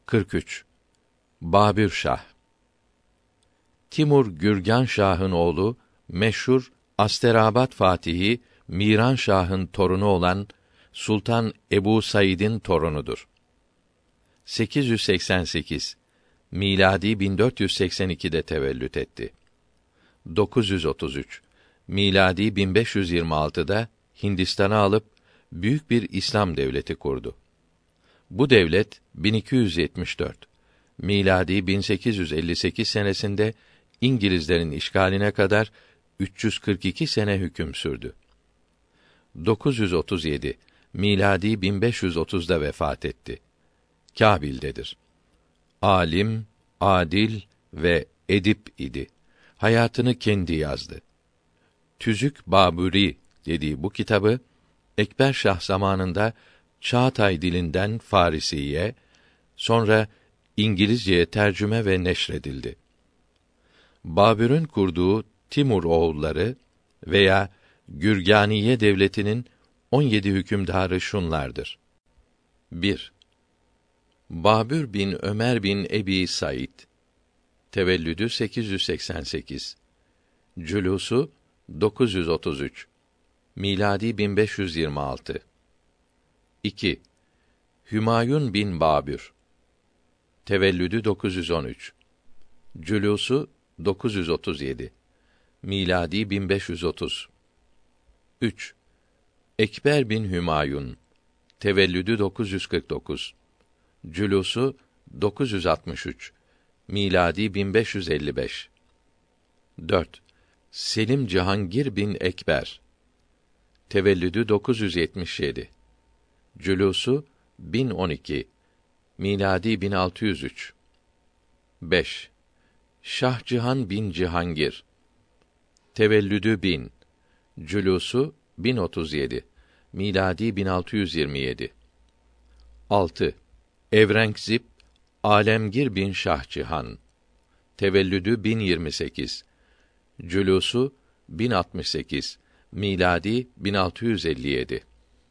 43. Babür Şah. Timur Gürgen Şah'ın oğlu, meşhur Asterabad Fatihi Miran Şah'ın torunu olan Sultan Ebu Said'in torunudur. 888 miladi 1482'de tevellüt etti. 933 miladi 1526'da Hindistan'ı alıp büyük bir İslam devleti kurdu. Bu devlet 1274 miladi 1858 senesinde İngilizlerin işgaline kadar 342 sene hüküm sürdü. 937 miladi 1530'da vefat etti. Kâbil'dedir. Alim, adil ve edip idi. Hayatını kendi yazdı. Tüzük Baburi dediği bu kitabı Ekber Şah zamanında Çağatay dilinden Farisiye, sonra İngilizceye tercüme ve neşredildi. Babür'ün kurduğu Timur oğulları veya Gürganiye devletinin 17 hükümdarı şunlardır. 1. Babür bin Ömer bin Ebi Said, tevellüdü 888, cülusu 933, miladi 1526. 2. Hümayun bin Babür, tevellüdü 913, cülusu 937, miladi 1530. 3. Ekber bin Hümayun, tevellüdü 949, cülusu 963, miladi 1555. 4. Selim Cihangir bin Ekber, tevellüdü 977, cülusu 1012, miladi 1603. 5. Şahcihan bin Cihangir, tevellüdü 1000, cülusu 1037, miladi 1627. 6. Evrengzip Alemgir bin Şahcihan, tevellüdü 1028, cülusu 1068, miladi 1657.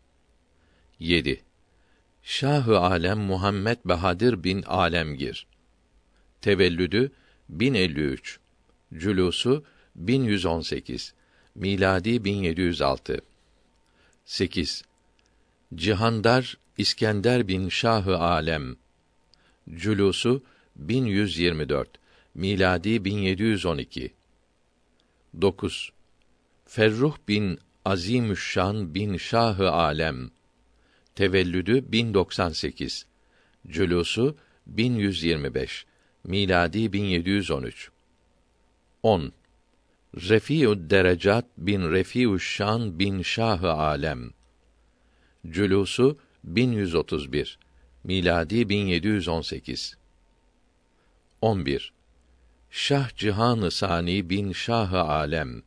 7. Şah-ı Alem Muhammed Bahadır bin Alemgir, tevellüdü 1053, cülusu 1118, miladi 1706. 8. Cihandar İskender bin Şah-ı Alem, cülusu 1124, miladi 1712. 9. Ferruh bin Azimüşşan bin Şah-ı Alem, tevellüdü 1098, cülusu 1125, miladi 1713. 10. Refi'ud Derecat bin Refi'üşşan bin Şah-ı Alem, cülusu 1131, miladi 1718. 11. Şah Cihan-ı Sani bin Şah-ı Alem,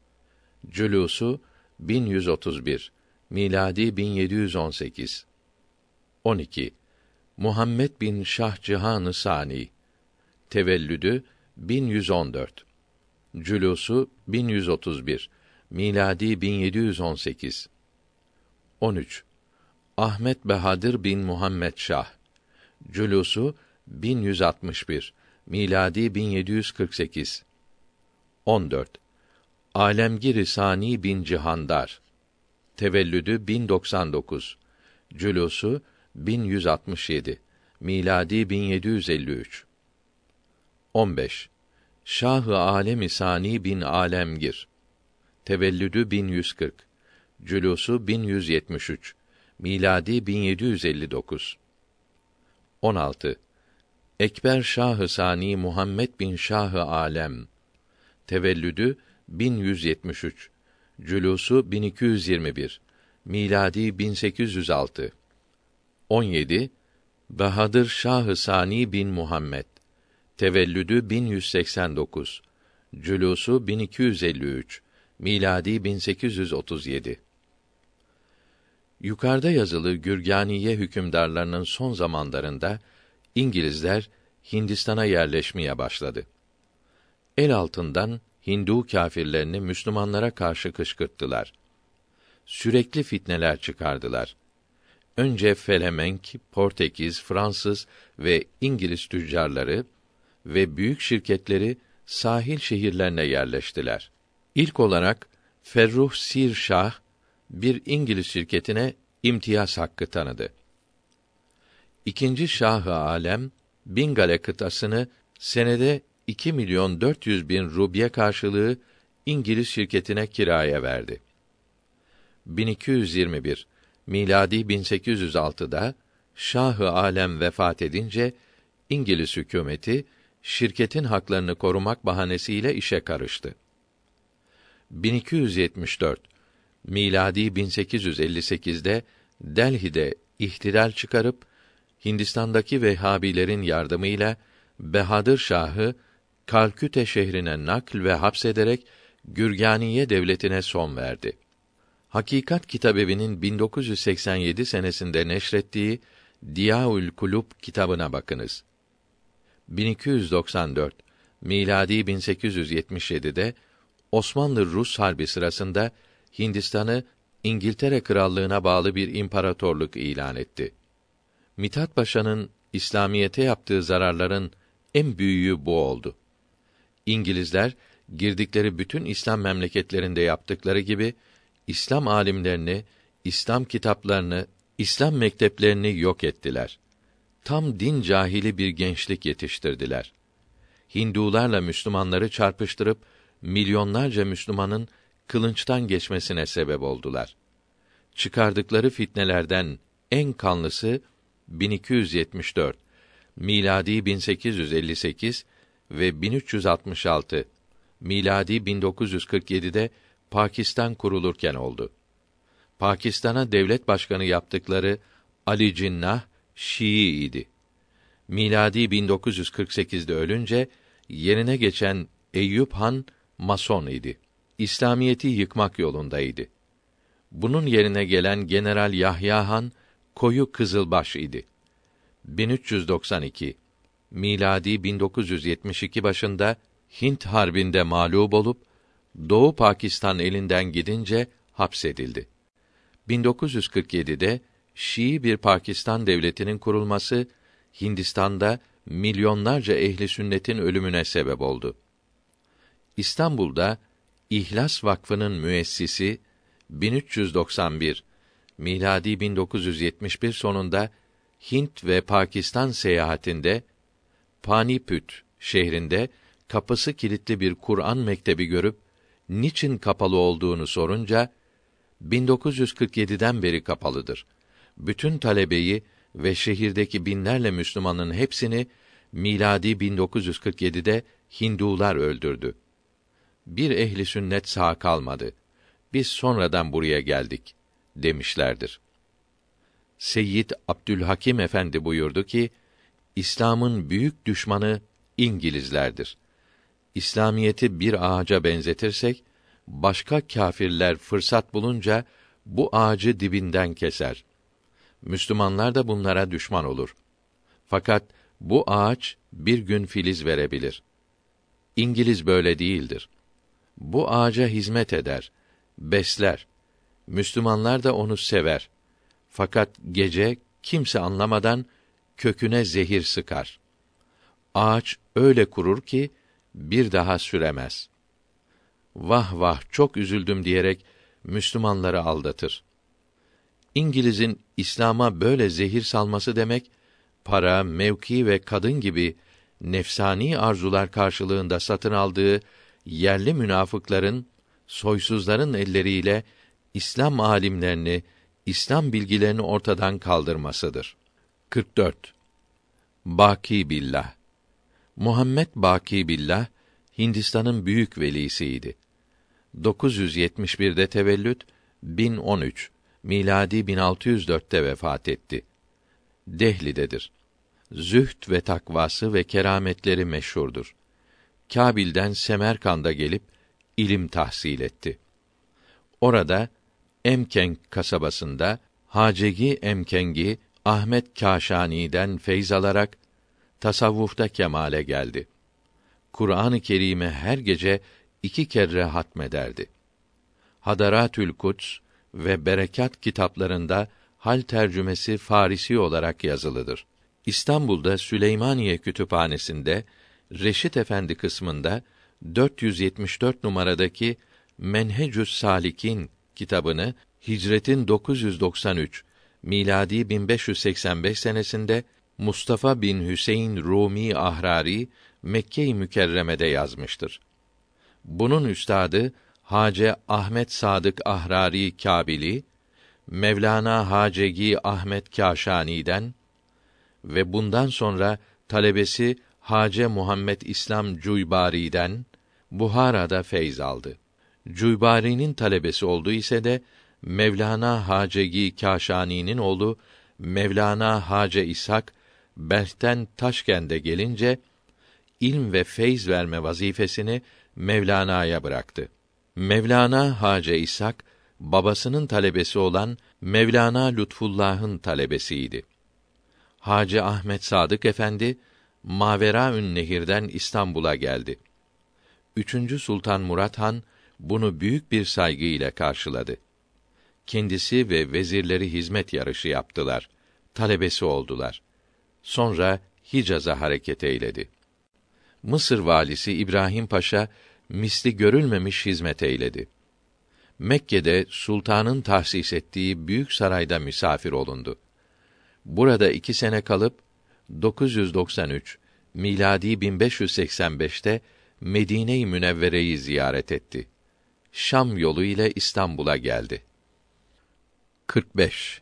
cülusu 1131, miladi 1718. 12. Muhammed bin Şah Cihan-ı Sani, tevellüdü 1114, cülusu 1131, miladi 1718. 13. Ahmet Bahadır bin Muhammed Şah, cülusu 1161, miladi 1748. 14. Alemgir-i Sani bin Cihandar, tevellüdü 1099, cülusu 1167, miladi 1753. 15. Şah-ı Alem-i Sani bin Alemgir, tevellüdü 1140, cülusu 1173, miladi 1759. 16. Ekber Şah-ı Sani Muhammed bin Şah-ı Alem, tevellüdü 1173, cülusu 1221, miladi 1806. 17. Bahadır Şah-ı Sani bin Muhammed, tevellüdü 1189, cülusu 1253, miladi 1837. Yukarıda yazılı Gürganiye hükümdarlarının son zamanlarında İngilizler Hindistan'a yerleşmeye başladı. El altından Hindu kâfirlerini Müslümanlara karşı kışkırttılar. Sürekli fitneler çıkardılar. önce Felemenk, Portekiz, Fransız ve İngiliz tüccarları ve büyük şirketleri sahil şehirlerine yerleştiler. İlk olarak Ferruh Sir Şah bir İngiliz şirketine imtiyaz hakkı tanıdı. İkinci Şah-ı Alem Bingale kıtasını senede 2.400.000 rubye karşılığı İngiliz şirketine kiraya verdi. 1221 miladi 1806'da Şah-ı Alem vefat edince İngiliz hükümeti şirketin haklarını korumak bahanesiyle işe karıştı. 1274 miladi 1858'de Delhi'de ihtilal çıkarıp Hindistan'daki Vehhabilerin yardımıyla Behadır Şah'ı Kalküte şehrine nakl ve hapsederek Gürganiye devletine son verdi. Hakikat Kitabevi'nin 1987 senesinde neşrettiği Diyaül Kulub kitabına bakınız. 1294 miladi 1877'de Osmanlı-Rus harbi sırasında Hindistan'ı İngiltere Krallığına bağlı bir imparatorluk ilan etti. Mithat Paşa'nın İslamiyete yaptığı zararların en büyüğü bu oldu. İngilizler girdikleri bütün İslam memleketlerinde yaptıkları gibi İslam alimlerini, İslam kitaplarını, İslam mekteplerini yok ettiler. Tam din cahili bir gençlik yetiştirdiler. Hindularla Müslümanları çarpıştırıp milyonlarca Müslümanın kılınçtan geçmesine sebep oldular. Çıkardıkları fitnelerden en kanlısı 1274 miladi 1858 ve 1366 miladi 1947'de Pakistan kurulurken oldu. Pakistan'a devlet başkanı yaptıkları Ali Cinnah Şii idi. Miladi 1948'de ölünce yerine geçen Eyüp Han Mason idi. İslamiyeti yıkmak yolundaydı. Bunun yerine gelen General Yahya Han koyu kızılbaş idi. 1392 miladi 1972 başında Hint Harbi'nde mağlup olup Doğu Pakistan elinden gidince hapsedildi. 1947'de Şii bir Pakistan devletinin kurulması Hindistan'da milyonlarca ehli sünnetin ölümüne sebep oldu. İstanbul'da İhlas Vakfı'nın müessisi 1391 miladi 1971 sonunda Hint ve Pakistan seyahatinde Paniput şehrinde kapısı kilitli bir Kur'an mektebi görüp niçin kapalı olduğunu sorunca 1947'den beri kapalıdır. Bütün talebeyi ve şehirdeki binlerle Müslümanın hepsini miladi 1947'de Hindular öldürdü. Bir ehli sünnet sağ kalmadı. Biz sonradan buraya geldik demişlerdir. Seyyid Abdülhakim Efendi buyurdu ki, İslam'ın büyük düşmanı İngilizlerdir. İslamiyeti bir ağaca benzetirsek, başka kâfirler fırsat bulunca bu ağacı dibinden keser. Müslümanlar da bunlara düşman olur. Fakat bu ağaç bir gün filiz verebilir. İngiliz böyle değildir. Bu ağaca hizmet eder, besler. Müslümanlar da onu sever. Fakat gece kimse anlamadan köküne zehir sıkar. Ağaç öyle kurur ki bir daha süremez. Vah vah çok üzüldüm diyerek Müslümanları aldatır. İngiliz'in İslam'a böyle zehir salması demek, para, mevki ve kadın gibi nefsani arzular karşılığında satın aldığı yerli münafıkların, soysuzların elleriyle İslam alimlerini, İslam bilgilerini ortadan kaldırmasıdır. 44. Baki Billah. Muhammed Baki Billah Hindistan'ın büyük velisiydi. 971'de tevellüt, 1013 miladi 1604'te vefat etti. Dehli'dedir. Zühd ve takvası ve kerametleri meşhurdur. Kâbil'den Semerkand'a gelip ilim tahsil etti. Orada Emkenk kasabasında Hacegi Emkengi Ahmet Kâşani'den feyz alarak tasavvufta kemale geldi. Kur'an-ı Kerim'i her gece 2 kere hatmederdi. Hadaratül Kuds ve Berekat kitaplarında hal tercümesi Farisi olarak yazılıdır. İstanbul'da Süleymaniye Kütüphanesi'nde Reşit Efendi kısmında 474 numaradaki Menhecü's Sâlikîn kitabını Hicretin 993, miladi 1585 senesinde Mustafa bin Hüseyin Rumi Ahrari Mekke-i Mükerreme'de yazmıştır. Bunun üstadı Hace Ahmet Sadık Ahrari Kâbili, Mevlana Hacegi Ahmet Kâşani'den ve bundan sonra talebesi Hace Muhammed İslam Cuybari'den Buhara'da feyz aldı. Cuybari'nin talebesi oldu ise de Mevlana Hacegi Kâşani'nin oğlu Mevlana Hace İshak Belh'ten Taşkent'e gelince ilm ve feyz verme vazifesini Mevlana'ya bıraktı. Mevlana Hace İshak babasının talebesi olan Mevlana Lütfullah'ın talebesiydi. Hacı Ahmet Sadık Efendi Maveraün Nehir'den İstanbul'a geldi. 3. Sultan Murat Han bunu büyük bir saygı ile karşıladı. Kendisi ve vezirleri hizmet yarışı yaptılar. Talebesi oldular. Sonra Hicaz'a hareket eyledi. Mısır valisi İbrahim Paşa misli görülmemiş hizmet eyledi. Mekke'de sultanın tahsis ettiği büyük sarayda misafir olundu. Burada 2 sene kalıp 993 miladi 1585'te Medine-i Münevvere'yi ziyaret etti. Şam yolu ile İstanbul'a geldi. 45.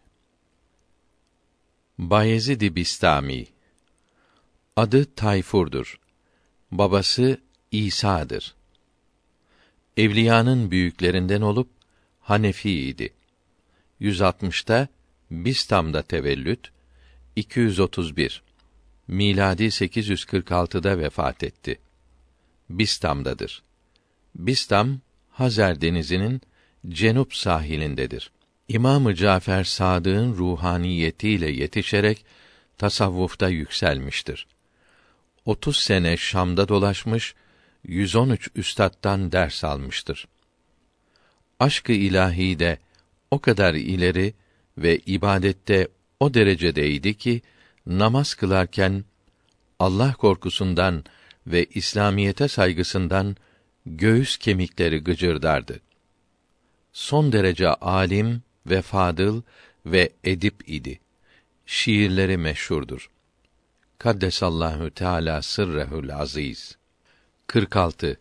Bayezid-i Bistami. Adı Tayfur'dur. Babası İsa'dır. Evliyanın büyüklerinden olup Hanefi idi. 160'ta Bistam'da tevellüt, 231 miladi 846'da vefat etti. Bistam'dadır. Bistam Hazer denizinin cenup sahilindedir. İmam-ı Cafer Sadık'ın ruhaniyetiyle yetişerek tasavvufta yükselmiştir. 30 sene Şam'da dolaşmış, 113 üstattan ders almıştır. Aşk-ı ilâhîde o kadar ileri ve ibadette o derecedeydi ki namaz kılarken Allah korkusundan ve İslamiyete saygısından göğüs kemikleri gıcırdardı. Son derece alim ve fadıl ve edip idi. Şiirleri meşhurdur. Kaddesallahu Teala sırrehul aziz. 46.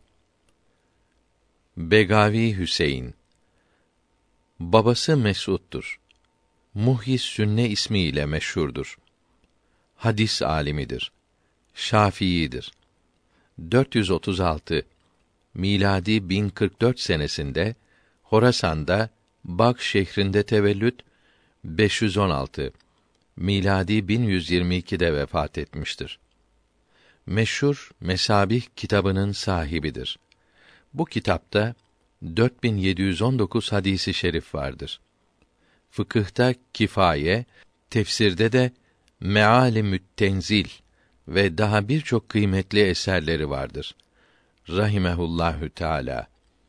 Begavi Hüseyin. Babası Mes'ud'dur. Muhyi Sünne ismiyle meşhurdur. Hadis alimidir. Şafii'dir. 436 miladi 1044 senesinde Horasan'da Bak şehrinde tevellüt, 516 miladi 1122'de vefat etmiştir. Meşhur Mesabih kitabının sahibidir. Bu kitapta 4719 hadisi şerif vardır. Fıkıhta Kifaye, tefsirde de Meâlimü't Tenzil ve daha birçok kıymetli eserleri vardır. Rahimehullahü Teala.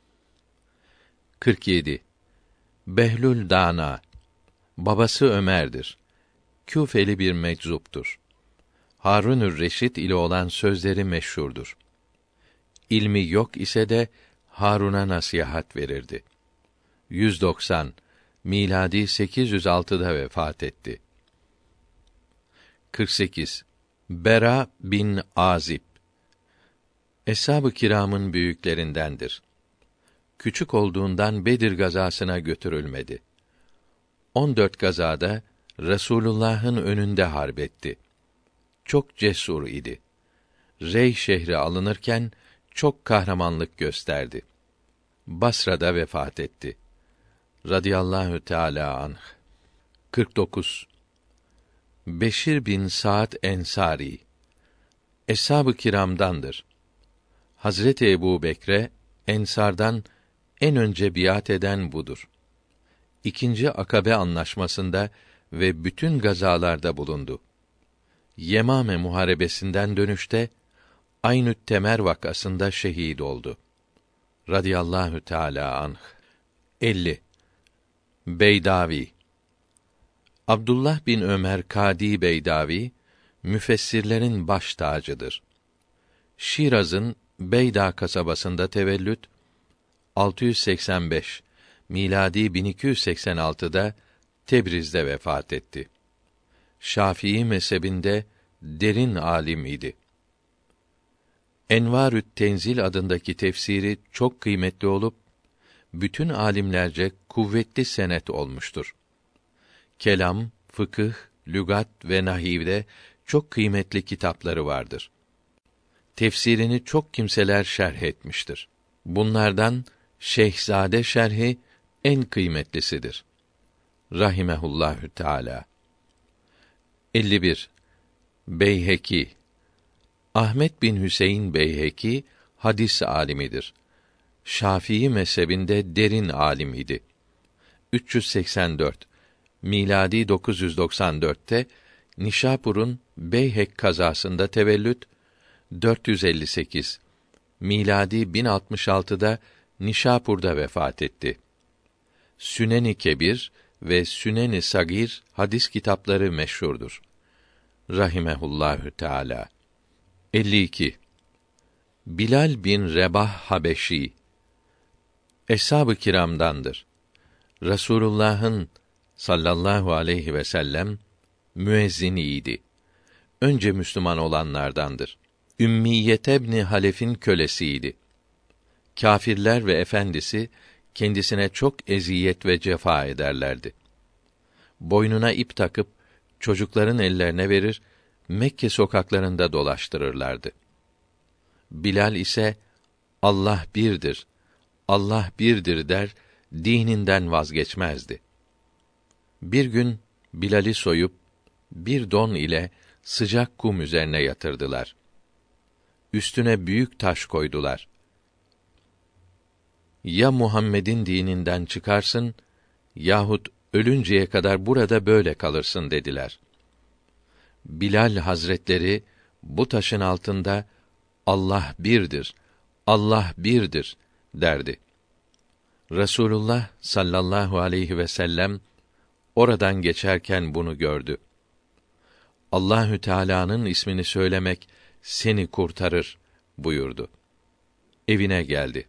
47. Behlül Dana. Babası Ömer'dir. Küfeli bir meczuptur. Harunür Reşid ile olan sözleri meşhurdur. İlmi yok ise de Harun'a nasihat verirdi. 190 miladi 806'da vefat etti. 48. Bera bin Azib. Eshab-ı kiramın büyüklerindendir. Küçük olduğundan Bedir gazasına götürülmedi. 14 gazada Resulullah'ın önünde harbetti. Çok cesur idi. Rey şehri alınırken çok kahramanlık gösterdi. Basra'da vefat etti. Radiyallahu Teala anh. 49. Beşir bin Sa'd Ensari. Eshab-ı kiramdandır. Hazreti Ebubekre Ensardan en önce biat eden budur. 2. Akabe anlaşmasında ve bütün gazalarda bulundu. Yemame muharebesinden dönüşte Aynü't Temer vakasında şehit oldu. Radiyallahu Teala anh. 50. Beydavi. Abdullah bin Ömer Kâdî Beydavi, müfessirlerin baş tacıdır. Şiraz'ın Beyda kasabasında tevellüt, 685, miladi 1286'da Tebriz'de vefat etti. Şafii mezhebinde derin alim idi. Envarü't Tenzil adındaki tefsiri çok kıymetli olup bütün alimlerce kuvvetli senet olmuştur. Kelam, fıkıh, lügat ve nahivde çok kıymetli kitapları vardır. Tefsirini çok kimseler şerh etmiştir. Bunlardan Şeyhzade şerhi en kıymetlisidir. Rahimehullahü Teala. 51. Beyheki. Ahmet bin Hüseyin Beyheki hadis alimidir. Şafii mezhebinde derin alim idi. 384 miladi 994'te Nişapur'un Beyhek kazasında tevellüt, 458 miladi 1066'da Nişapur'da vefat etti. Sünen-i Kebir ve Sünen-i Sagir hadis kitapları meşhurdur. Rahimehullahü Teala. 52. Bilal bin Rebah Habeşi Eshab-ı kiramdandır. Resulullah'ın sallallahu aleyhi ve sellem müezziniydi. Önce Müslüman olanlardandır. Ümmiyete ibn Halef'in kölesiydi. Kâfirler ve efendisi kendisine çok eziyet ve cefa ederlerdi. Boynuna ip takıp çocukların ellerine verir, Mekke sokaklarında dolaştırırlardı. Bilal ise Allah birdir, Allah birdir der, dininden vazgeçmezdi. Bir gün Bilal'i soyup bir don ile sıcak kum üzerine yatırdılar. Üstüne büyük taş koydular. Ya Muhammed'in dininden çıkarsın yahut ölünceye kadar burada böyle kalırsın dediler. Bilal Hazretleri bu taşın altında Allah birdir, Allah birdir derdi. Resulullah sallallahu aleyhi ve sellem oradan geçerken bunu gördü. Allahü Teala'nın ismini söylemek seni kurtarır buyurdu. Evine geldi.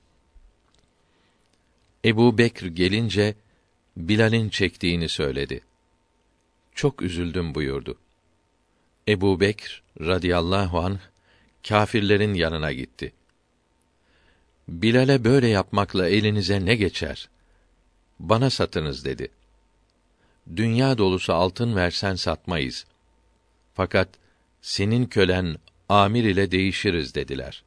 Ebu Bekr gelince Bilal'in çektiğini söyledi. Çok üzüldüm buyurdu. Ebu Bekr radıyallahu anh kâfirlerin yanına gitti. Bilal'e böyle yapmakla elinize ne geçer? Bana satınız dedi. Dünya dolusu altın versen satmayız. Fakat senin kölen Amir ile değişiriz dediler.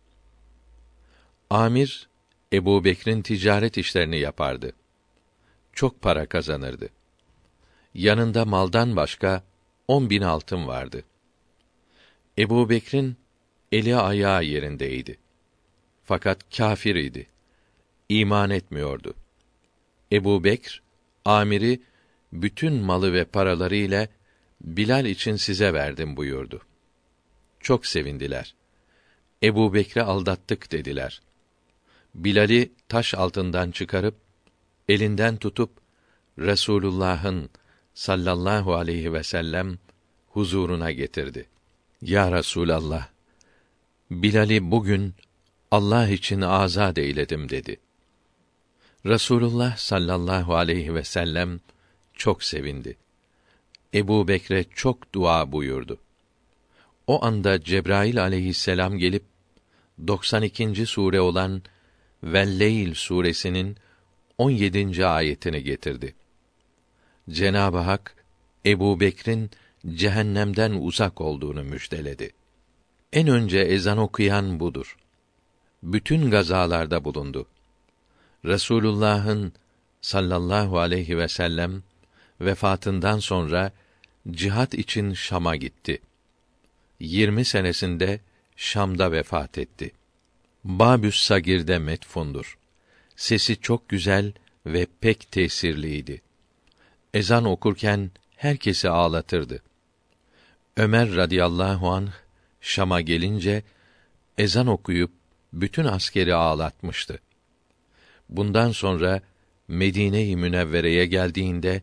Amir, Ebu Bekr'in ticaret işlerini yapardı. Çok para kazanırdı. Yanında maldan başka 10.000 altın vardı. Ebu Bekr'in eli ayağı yerindeydi. Fakat kâfir idi. İman etmiyordu. Ebu Bekr, Amir'i bütün malı ve paraları ile Bilal için size verdim buyurdu. Çok sevindiler. Ebu Bekr'i aldattık dediler. Bilal'i taş altından çıkarıp, elinden tutup, Resulullah'ın sallallahu aleyhi ve sellem huzuruna getirdi. Ya Resûlallah, Bilal'i bugün Allah için azad eyledim dedi. Resulullah sallallahu aleyhi ve sellem çok sevindi. Ebu Bekre çok dua buyurdu. O anda Cebrail aleyhisselam gelip 92. sure olan Vel-Leyl suresinin 17. ayetini getirdi. Cenab-ı Hak Ebu Bekr'in cehennemden uzak olduğunu müjdeledi. En önce ezan okuyan budur. Bütün gazalarda bulundu. Resulullah'ın sallallahu aleyhi ve sellem vefatından sonra cihat için Şam'a gitti. 20 senesinde Şam'da vefat etti. Babüs Sagir'de metfundur. Sesi çok güzel ve pek tesirliydi. Ezan okurken herkesi ağlatırdı. Ömer radıyallahu anh Şam'a gelince ezan okuyup bütün askeri ağlatmıştı. Bundan sonra Medine-i Münevvere'ye geldiğinde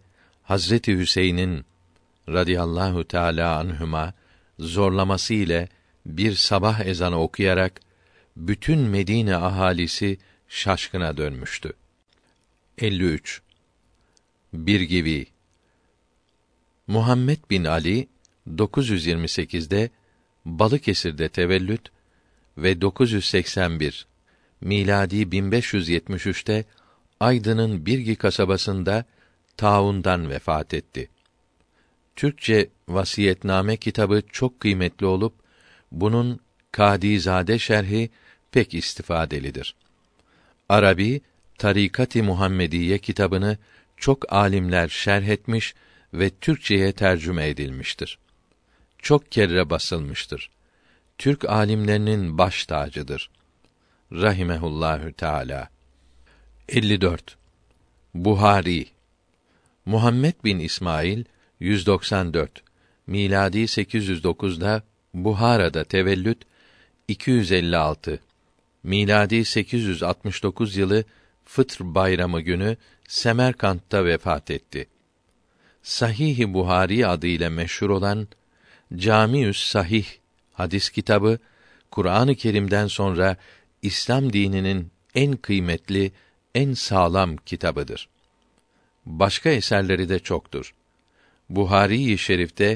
Hazreti Hüseyin'in radıyallahu teâlâ anhüma zorlaması ile bir sabah ezanı okuyarak bütün Medine ahalisi şaşkına dönmüştü. 53. Bir gibi Muhammed bin Ali 928'de Balıkesir'de tevellüt ve 981 miladi 1573'te Aydın'ın Birgi kasabasında taundan vefat etti. Türkçe vasiyetname kitabı çok kıymetli olup bunun Kadizade şerhi pek istifadelidir. Arabi Tarikat-ı Muhammediye kitabını çok alimler şerh etmiş ve Türkçeye tercüme edilmiştir. Çok kere basılmıştır. Türk alimlerinin baş tacıdır. Rahimehullahü Teala. 54. Buhari Muhammed bin İsmail 194 miladi 809'da Buhara'da tevellüt, 256 miladi 869 yılı Fıtr Bayramı günü Semerkant'ta vefat etti. Sahih-i Buhari adıyla meşhur olan Câmiü's Sahih hadis kitabı, Kur'an-ı Kerim'den sonra İslam dininin en kıymetli, en sağlam kitabıdır. Başka eserleri de çoktur. Buhari-i Şerif'te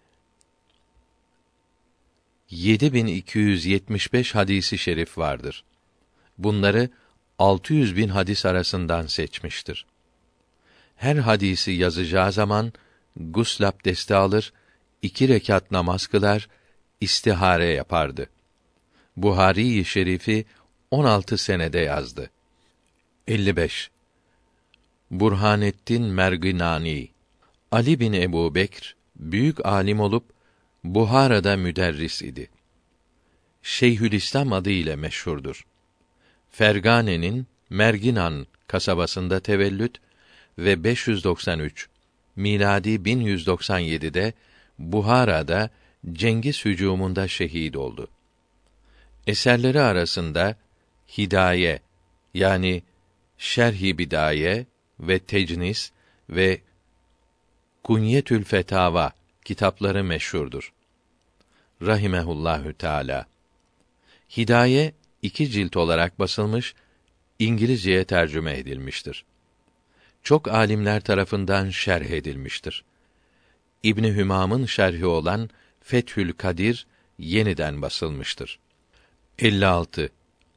7275 hadisi şerif vardır. Bunları 600.000 hadis arasından seçmiştir. Her hadisi yazacağı zaman gusl abdesti alır, 2 rekat namaz kılar, istihare yapardı. Buhari-i Şerif'i 16 senede yazdı. 55. Burhanettin Merginani Ali bin Ebu Bekr büyük alim olup Buhara'da müderris idi. Şeyhülislam adı ile meşhurdur. Fergane'nin Merginan kasabasında tevellüt ve 593 miladi 1197'de Buhara'da Cengiz hücumunda şehit oldu. Eserleri arasında Hidaye yani Şerh-i Bidaye ve Tecnis ve Kunyetül Fetava kitapları meşhurdur. Rahimehullahü Teala. Hidaye 2 cilt olarak basılmış, İngilizceye tercüme edilmiştir. Çok alimler tarafından şerh edilmiştir. İbn Hümam'ın şerhi olan Fethül Kadir yeniden basılmıştır. 56.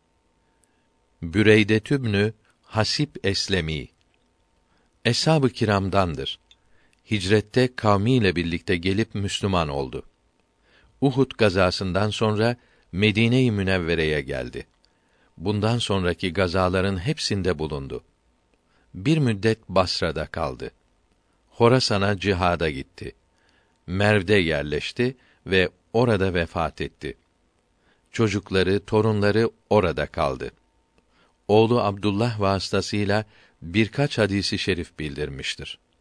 Büreydetübnü Hasip Eslemi Eshab-ı kiramdandır. Hicrette kavmiyle birlikte gelip Müslüman oldu. Uhud gazasından sonra Medine-i Münevvere'ye geldi. Bundan sonraki gazaların hepsinde bulundu. Bir müddet Basra'da kaldı. Horasan'a cihada gitti. Merv'de yerleşti ve orada vefat etti. Çocukları, torunları orada kaldı. Oğlu Abdullah vasıtasıyla birkaç hadisi şerif bildirmiştir.